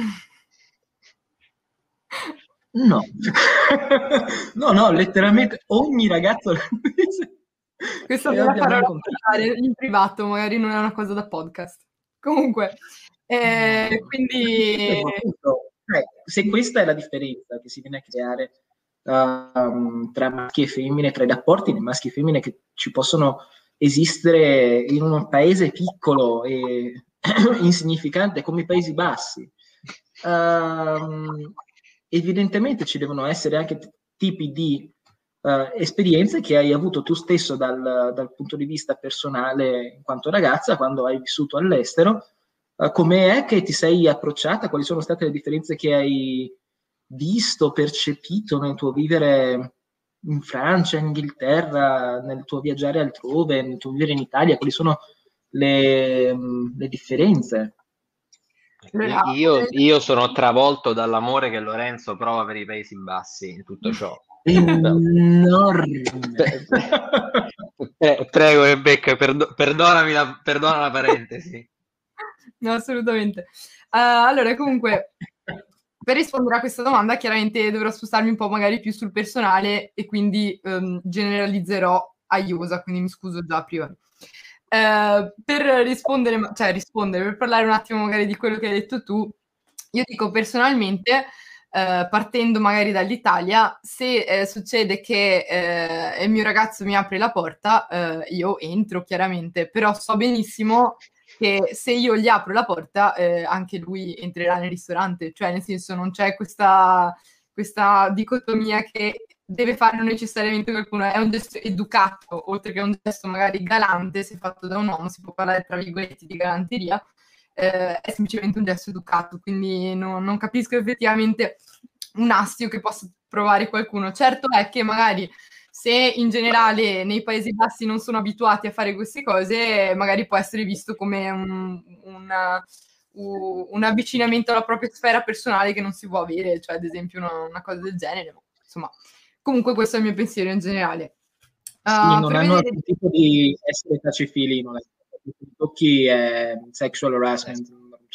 No, no, letteralmente ogni ragazzo questo ve la farò raccontare in privato, magari non è una cosa da podcast. Comunque, quindi... se questa è la differenza che si viene a creare tra maschi e femmine, tra i rapporti nei maschi e femmine che ci possono esistere in un paese piccolo e insignificante come i Paesi Bassi, evidentemente ci devono essere anche tipi di esperienze che hai avuto tu stesso dal punto di vista personale in quanto ragazza, quando hai vissuto all'estero. Come è che ti sei approcciata? Quali sono state le differenze che hai visto, percepito nel tuo vivere in Francia, in Inghilterra, nel tuo viaggiare altrove, nel tuo vivere in Italia? Quali sono le differenze? Io sono travolto dall'amore che Lorenzo prova per i Paesi Bassi in tutto ciò. Enorme. Prego, Rebecca, perdona la parentesi. No, assolutamente. Allora, comunque, per rispondere a questa domanda, chiaramente dovrò spostarmi un po' magari più sul personale e quindi generalizzerò a Iosa, quindi mi scuso già prima. Per rispondere, per parlare un attimo magari di quello che hai detto tu, io dico personalmente, partendo magari dall'Italia, se succede che il mio ragazzo mi apre la porta, io entro chiaramente, però so benissimo che se io gli apro la porta anche lui entrerà nel ristorante, cioè nel senso non c'è questa dicotomia che deve farlo necessariamente qualcuno, è un gesto educato, oltre che un gesto magari galante, se fatto da un uomo, si può parlare tra virgolette di galanteria, è semplicemente un gesto educato, quindi non capisco effettivamente un astio che possa provare qualcuno. Certo è che magari se in generale nei Paesi Bassi non sono abituati a fare queste cose, magari può essere visto come un avvicinamento alla propria sfera personale che non si può avere, cioè ad esempio una cosa del genere. Insomma, comunque questo è il mio pensiero in generale. Sì, non hanno alcun tipo di essere tacifili, tocchi sexual harassment.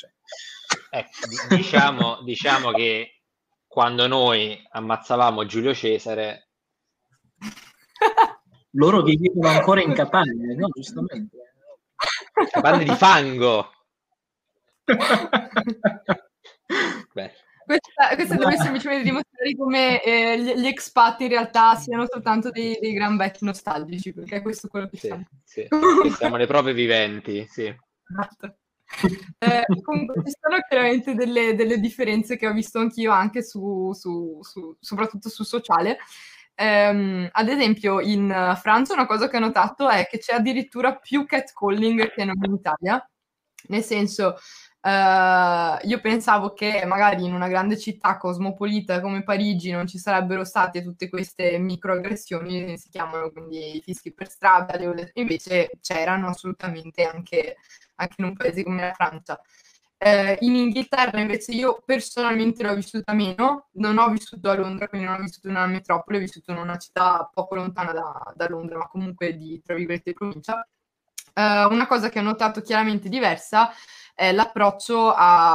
Diciamo che quando noi ammazzavamo Giulio Cesare loro vivevano ancora in capanne, no? Giustamente. Capanne di fango. Beh. Questo deve semplicemente dimostrare come gli expat in realtà siano soltanto dei gran vecchi nostalgici, perché è questo quello che siamo. Sì. Che siamo le prove viventi, sì. Esatto. Comunque ci sono chiaramente delle differenze che ho visto anch'io anche soprattutto sul sociale. Ad esempio in Francia una cosa che ho notato è che c'è addirittura più catcalling che non in Italia, nel senso Io pensavo che magari in una grande città cosmopolita come Parigi non ci sarebbero state tutte queste microaggressioni, si chiamano quindi i fischi per strada, invece c'erano assolutamente anche in un paese come la Francia. In Inghilterra invece io personalmente l'ho vissuta meno, non ho vissuto a Londra, quindi non ho vissuto in una metropoli, ho vissuto in una città poco lontana da Londra, ma comunque di, tra virgolette, provincia. Una cosa che ho notato chiaramente diversa è l'approccio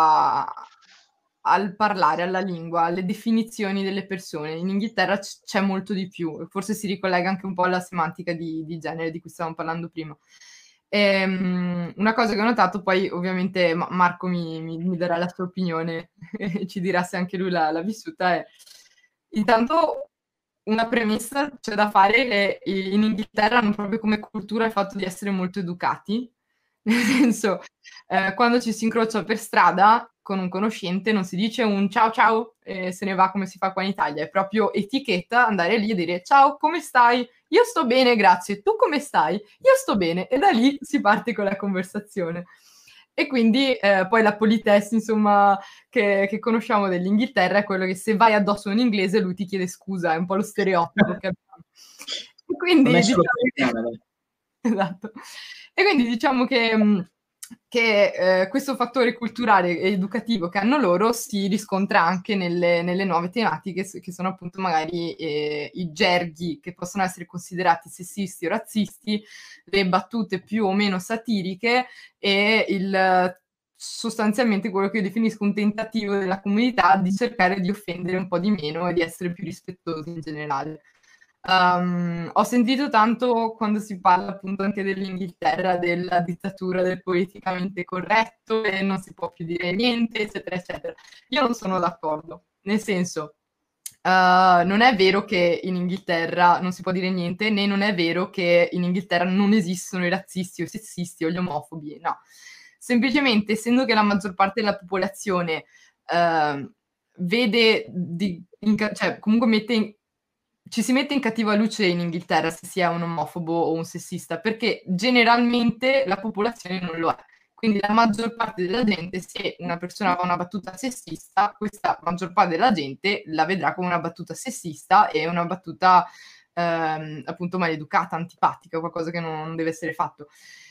al parlare, alla lingua, alle definizioni delle persone. In Inghilterra c'è molto di più, forse si ricollega anche un po' alla semantica di genere di cui stavamo parlando prima. Una cosa che ho notato, poi ovviamente Marco mi darà la sua opinione e ci dirà se anche lui l'ha vissuta, è intanto una premessa c'è da fare che in Inghilterra hanno proprio come cultura il fatto di essere molto educati, nel senso, quando ci si incrocia per strada con un conoscente non si dice un ciao ciao e se ne va come si fa qua in Italia, è proprio etichetta andare lì e dire ciao, come stai? Io sto bene, grazie. Tu come stai? Io sto bene. E da lì si parte con la conversazione. E quindi poi la politesse, insomma, che conosciamo dell'Inghilterra è quello che se vai addosso a un inglese lui ti chiede scusa, è un po' lo stereotipo che abbiamo. E quindi, Non è solo diciamo esatto. E quindi diciamo che questo fattore culturale e educativo che hanno loro si riscontra anche nelle nuove tematiche che sono appunto magari i gerghi che possono essere considerati sessisti o razzisti, le battute più o meno satiriche e sostanzialmente quello che io definisco un tentativo della comunità di cercare di offendere un po' di meno e di essere più rispettosi in generale. Ho sentito tanto quando si parla appunto anche dell'Inghilterra, della dittatura del politicamente corretto e non si può più dire niente, eccetera, eccetera. Io non sono d'accordo, nel senso, non è vero che in Inghilterra non si può dire niente, né non è vero che in Inghilterra non esistono i razzisti o i sessisti o gli omofobi, no. Semplicemente, essendo che la maggior parte della popolazione vede, cioè comunque ci si mette in cattiva luce in Inghilterra se si è un omofobo o un sessista, perché generalmente la popolazione non lo è. Quindi la maggior parte della gente, se una persona fa una battuta sessista, questa maggior parte della gente la vedrà come una battuta sessista e una battuta appunto maleducata, antipatica, qualcosa che non deve essere fatto.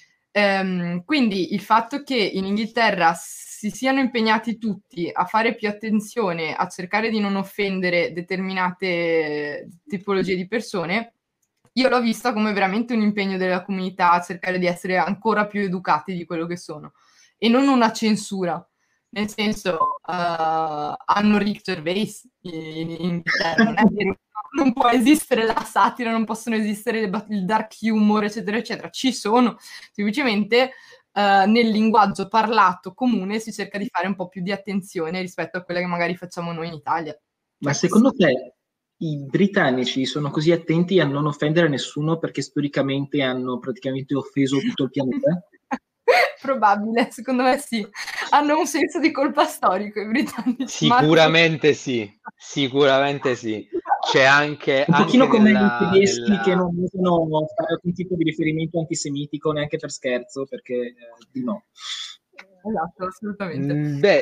Quindi il fatto che in Inghilterra si siano impegnati tutti a fare più attenzione, a cercare di non offendere determinate tipologie di persone, io l'ho vista come veramente un impegno della comunità a cercare di essere ancora più educati di quello che sono e non una censura. Nel senso, hanno Rick Gervais in Inghilterra, non è vero, non può esistere la satira, non possono esistere il dark humor, eccetera, eccetera. Ci sono, semplicemente nel linguaggio parlato comune si cerca di fare un po' più di attenzione rispetto a quella che magari facciamo noi in Italia. Ma secondo te i britannici sono così attenti a non offendere nessuno perché storicamente hanno praticamente offeso tutto il pianeta? Probabile, secondo me sì. Hanno un senso di colpa storico i britannici. Sicuramente sì, sicuramente sì. C'è anche, Un pochino anche come i nella, tedeschi che nella... non usano fare alcun tipo di riferimento antisemitico neanche per scherzo, perché di no. Esatto, assolutamente.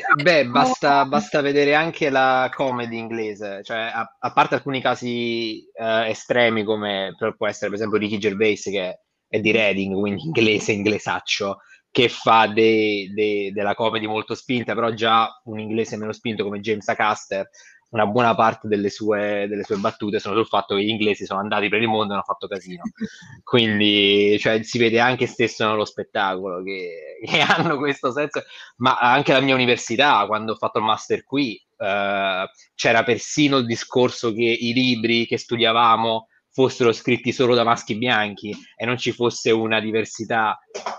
Basta vedere anche la comedy inglese, cioè a parte alcuni casi estremi come può essere per esempio Ricky Gervais che è di Reading, quindi inglese, inglesaccio, che fa della comedy molto spinta, però già un inglese meno spinto come James Acaster, una buona parte delle sue battute sono sul fatto che gli inglesi sono andati per il mondo e hanno fatto casino. Quindi cioè, si vede anche stesso nello spettacolo che hanno questo senso, ma anche la mia università, quando ho fatto il master qui, c'era persino il discorso che i libri che studiavamo fossero scritti solo da maschi bianchi e non ci fosse una diversità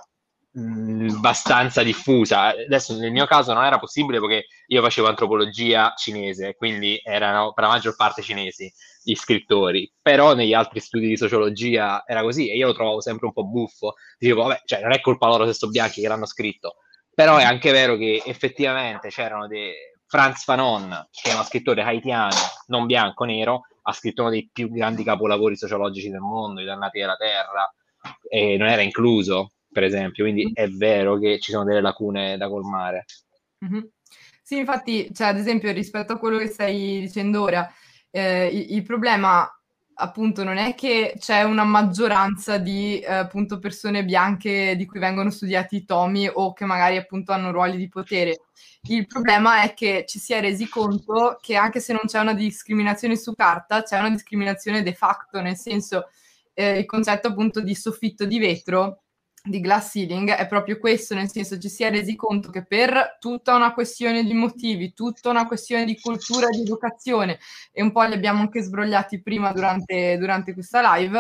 abbastanza diffusa. Adesso nel mio caso non era possibile perché io facevo antropologia cinese, quindi erano per la maggior parte cinesi gli scrittori, però negli altri studi di sociologia era così e io lo trovavo sempre un po' buffo. Dicevo, vabbè, cioè, non è colpa loro se sono bianchi che l'hanno scritto, però è anche vero che effettivamente c'erano dei... Franz Fanon, che è uno scrittore haitiano, non bianco, nero, ha scritto uno dei più grandi capolavori sociologici del mondo, I dannati della terra, e non era incluso, per esempio, quindi è vero che ci sono delle lacune da colmare. Mhm. Sì, infatti, cioè, ad esempio, rispetto a quello che stai dicendo ora, il problema appunto non è che c'è una maggioranza di appunto persone bianche di cui vengono studiati i tomi o che magari appunto hanno ruoli di potere. Il problema è che ci si è resi conto che anche se non c'è una discriminazione su carta, c'è una discriminazione de facto, nel senso il concetto appunto di soffitto di vetro, di glass ceiling, è proprio questo, nel senso ci si è resi conto che per tutta una questione di motivi, tutta una questione di cultura e di educazione, e un po' li abbiamo anche sbrogliati prima durante questa live,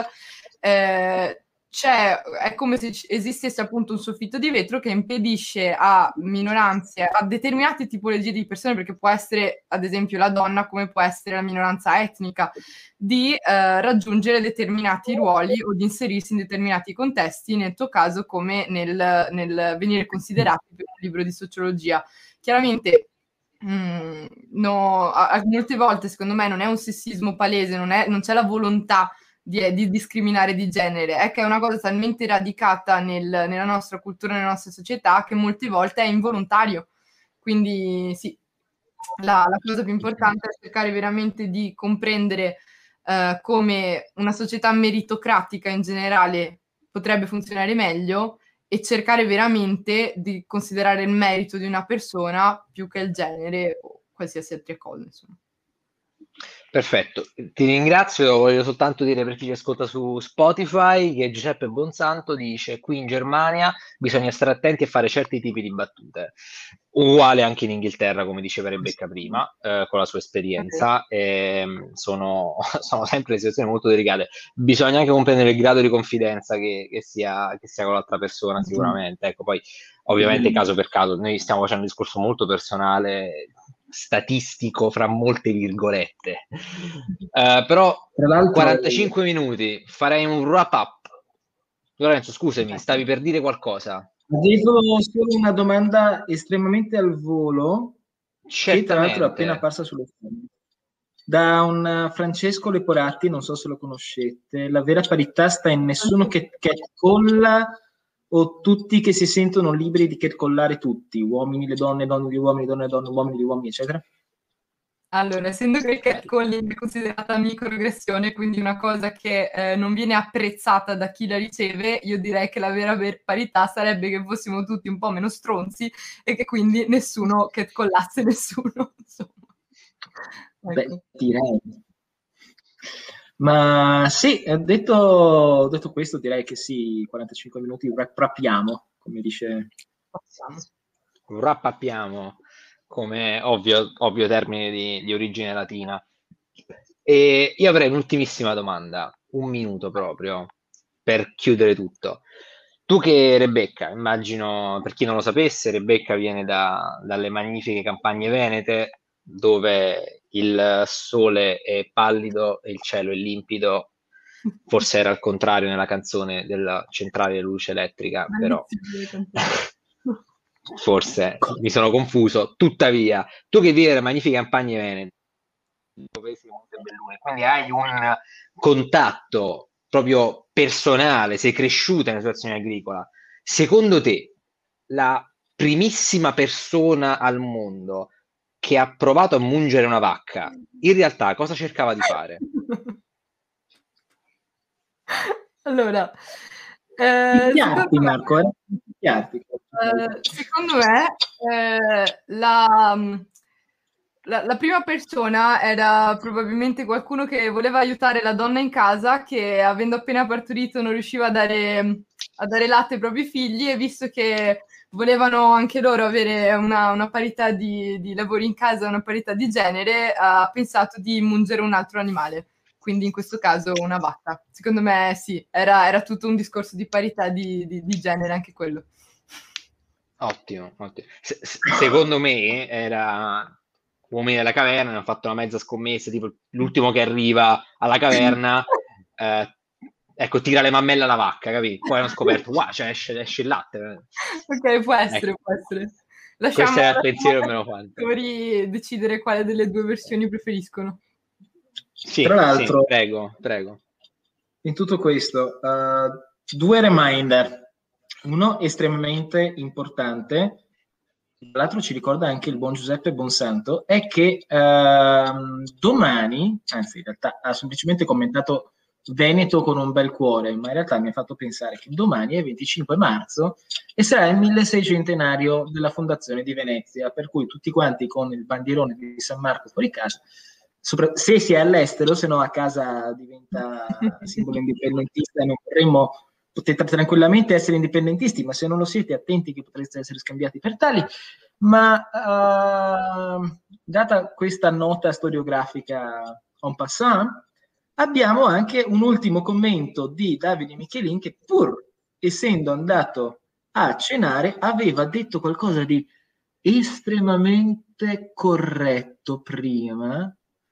è come se esistesse appunto un soffitto di vetro che impedisce a minoranze, a determinate tipologie di persone, perché può essere ad esempio la donna come può essere la minoranza etnica, di raggiungere determinati ruoli o di inserirsi in determinati contesti, nel tuo caso come nel venire considerati per un libro di sociologia. Chiaramente no, molte volte secondo me non è un sessismo palese, non c'è la volontà di discriminare di genere, è che è una cosa talmente radicata nella nostra cultura, nella nostra società, che molte volte è involontario. Quindi sì, la cosa più importante è cercare veramente di comprendere come una società meritocratica in generale potrebbe funzionare meglio e cercare veramente di considerare il merito di una persona più che il genere o qualsiasi altra cosa, insomma. Perfetto, ti ringrazio. Voglio soltanto dire per chi ci ascolta su Spotify che Giuseppe Bonsanto dice: qui in Germania bisogna stare attenti a fare certi tipi di battute. Uguale anche in Inghilterra, come diceva Rebecca prima, con la sua esperienza. Sono sempre situazioni molto delicate. Bisogna anche comprendere il grado di confidenza che si ha con l'altra persona, sicuramente. Ecco, poi ovviamente caso per caso, noi stiamo facendo un discorso molto personale, statistico fra molte virgolette, però 45 minuti, farei un wrap up. Lorenzo, scusami, stavi per dire qualcosa? Avevo solo una domanda estremamente al volo, Certamente. che tra l'altro è appena apparsa sullo schermo. Da un Francesco Leporatti, non so se lo conoscete: la vera parità sta in nessuno che colla o tutti che si sentono liberi di catcallare tutti, uomini, le donne, donne, gli uomini, donne, donne, uomini, gli uomini, eccetera? Allora, essendo che il catcalling è considerata microaggressione, quindi una cosa che non viene apprezzata da chi la riceve, io direi che la vera parità sarebbe che fossimo tutti un po' meno stronzi e che quindi nessuno catcallasse nessuno, insomma. Beh, Ecco. direi. Ma sì, detto questo, direi che sì, 45 minuti wrappiamo, come dice. Wrappiamo, come ovvio termine di origine latina. E io avrei un'ultimissima domanda, un minuto proprio, per chiudere tutto. Tu che Rebecca, immagino, per chi non lo sapesse, Rebecca viene dalle magnifiche campagne venete, dove il sole è pallido e il cielo è limpido. Forse era al contrario nella canzone della centrale luce elettrica, però forse mi sono confuso. Tuttavia, tu che vivi dalle magnifiche campagne venete, quindi hai un contatto proprio personale, sei cresciuta in una situazione agricola. Secondo te, la primissima persona al mondo che ha provato a mungere una vacca, in realtà cosa cercava di fare? Allora, Picchiarti, Marco, picchiarti. secondo me la prima persona era probabilmente qualcuno che voleva aiutare la donna in casa che, avendo appena partorito, non riusciva a dare latte ai propri figli, e visto che volevano anche loro avere una parità di lavori in casa, una parità di genere, ha pensato di mungere un altro animale, quindi in questo caso una vacca. Secondo me sì, era tutto un discorso di parità di genere anche quello. Ottimo. Secondo me era uomini della caverna, hanno fatto una mezza scommessa, tipo l'ultimo che arriva alla caverna, ecco, tira le mammelle alla vacca, capito? Poi hanno scoperto, wow, cioè esce il latte. Ok, può essere, ecco. può essere. Questo è il pensiero che me lo fanno. Decidere quale delle due versioni preferiscono. Sì, tra l'altro, sì, prego. In tutto questo, due reminder. Uno estremamente importante: tra l'altro ci ricorda anche il buon Giuseppe Bonsanto, è che domani, anzi in realtà ha semplicemente commentato Veneto con un bel cuore, ma in realtà mi ha fatto pensare che domani è 25 marzo e sarà il 1600° della fondazione di Venezia, per cui tutti quanti con il bandierone di San Marco fuori casa, se si è all'estero, se no a casa diventa simbolo indipendentista e non vorremmo, potete tranquillamente essere indipendentisti, ma se non lo siete, attenti che potreste essere scambiati per tali. Ma data questa nota storiografica en passant, abbiamo anche un ultimo commento di Davide Michelin che, pur essendo andato a cenare, aveva detto qualcosa di estremamente corretto prima.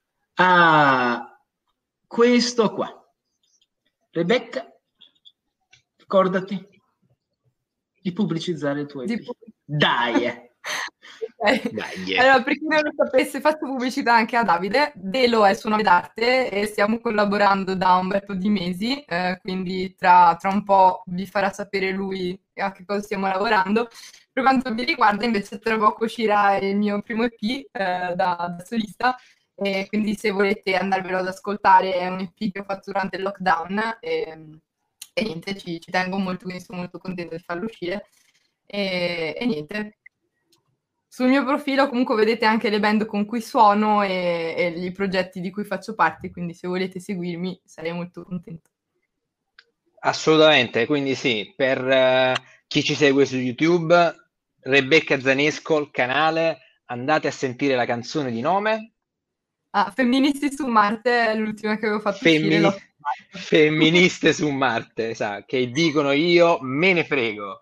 Questo qua. Rebecca, ricordati di pubblicizzare il tuo EP. Dai! Okay. Allora, per chi non lo sapesse, faccio pubblicità anche a Davide. Delo è il suo nome d'arte e stiamo collaborando da un bel po' di mesi, quindi tra un po' vi farà sapere lui a che cosa stiamo lavorando. Per quanto mi riguarda, invece, tra poco uscirà il mio primo EP da solista, e quindi se volete andarvelo ad ascoltare, è un EP che ho fatto durante il lockdown e niente, ci tengo molto, quindi sono molto contenta di farlo uscire e niente. Sul mio profilo comunque vedete anche le band con cui suono e i progetti di cui faccio parte, quindi se volete seguirmi sarei molto contenta. Assolutamente, quindi sì, per chi ci segue su YouTube, Rebecca Zanesco, il canale, andate a sentire la canzone di nome. Femministi su Marte è l'ultima che avevo fatto uscire. Femministe su Marte, sa, che dicono io me ne frego.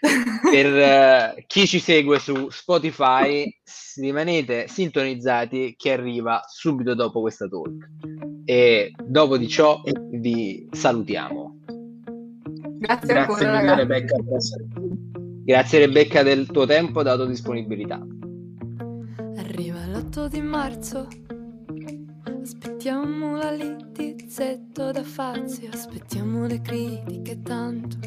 Per chi ci segue su Spotify, rimanete sintonizzati che arriva subito dopo questa talk. E dopo di ciò vi salutiamo. Grazie ancora, mille ragazzi. Rebecca. Grazie Rebecca del tuo tempo e dato disponibilità. Arriva l'8 di marzo, aspettiamo la litigzetto da Fazio, aspettiamo le critiche tanto.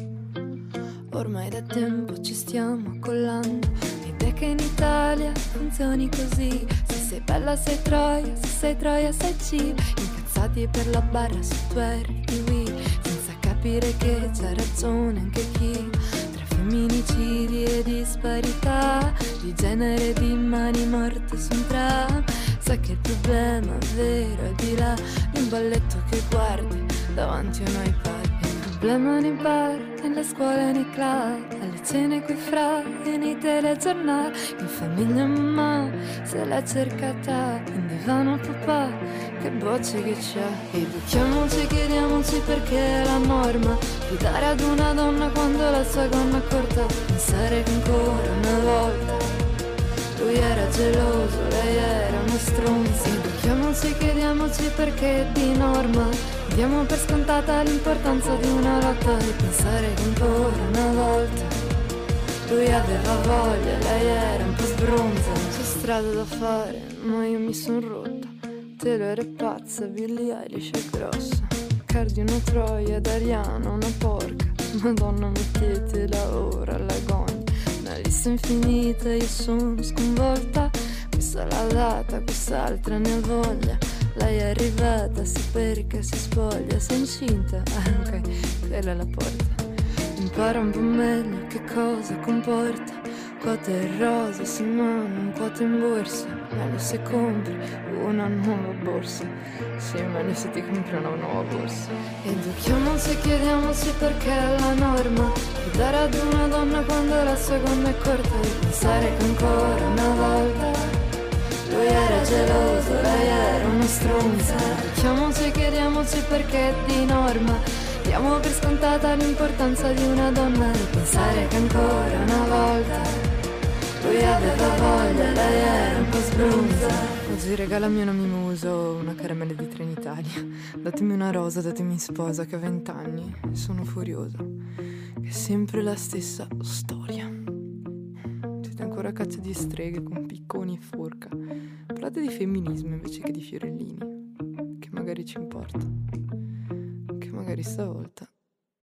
Ormai da tempo ci stiamo accollando l'idea che in Italia funzioni così. Se sei bella sei troia, se sei troia sei chill. Incazzati per la barra se tu eri di Wii, senza capire che c'ha ragione anche chi. Tra femminicidi e disparità di genere, di mani morte su un tram. Sai che il problema vero è di là, di un balletto che guardi davanti a noi pari. Il problema nei bar, nelle scuole, nei club, alle cene coi frati, nei telegiornali. In famiglia mamma se l'è cercata, in divano papà, che bocce che c'è. Educhiamoci, chiediamoci perché è la norma di dare ad una donna quando la sua gonna è corta. Pensare che ancora una volta lui era geloso, lei era una stronza. Educhiamoci, chiediamoci perché è di norma diamo per scontata l'importanza di una lotta, di pensare che ancora una volta lui aveva voglia, lei era un po' sbronza. C'è strada da fare, ma io mi son rotta. Taylor è pazza, Billie Eilish è grossa, Cardi una troia, Dariana una porca. Madonna mettetela ora all'agonia, una lista infinita, io sono sconvolta. Questa è la data, quest'altra ne ha voglia. Lei è arrivata, sì perché si spoglia, sei incinta, ok, quella è la porta. Impara un po' meglio che cosa comporta. Quote rosa si mandano, quote in borsa. Meglio se compri una nuova borsa. Sì, meglio se ti compri una nuova borsa. Educhiamoci, chiediamoci perché è la norma di dare ad una donna quando la sua gonna è corta. Di pensare che ancora una volta lui era geloso, lei era una stronza. Educhiamoci, chiediamoci perché è di norma diamo per scontata l'importanza di una donna, di pensare che ancora una volta lui aveva voglia, lei era un po' sbronza. Oggi regalami una mimosa o una caramella di Trenitalia. Datemi una rosa, datemi in sposa che ha 20 anni. Sono furiosa, che è sempre la stessa storia. Siete ancora a caccia di streghe con picconi e forca. Parlate di femminismo invece che di fiorellini, che magari ci importa, che magari stavolta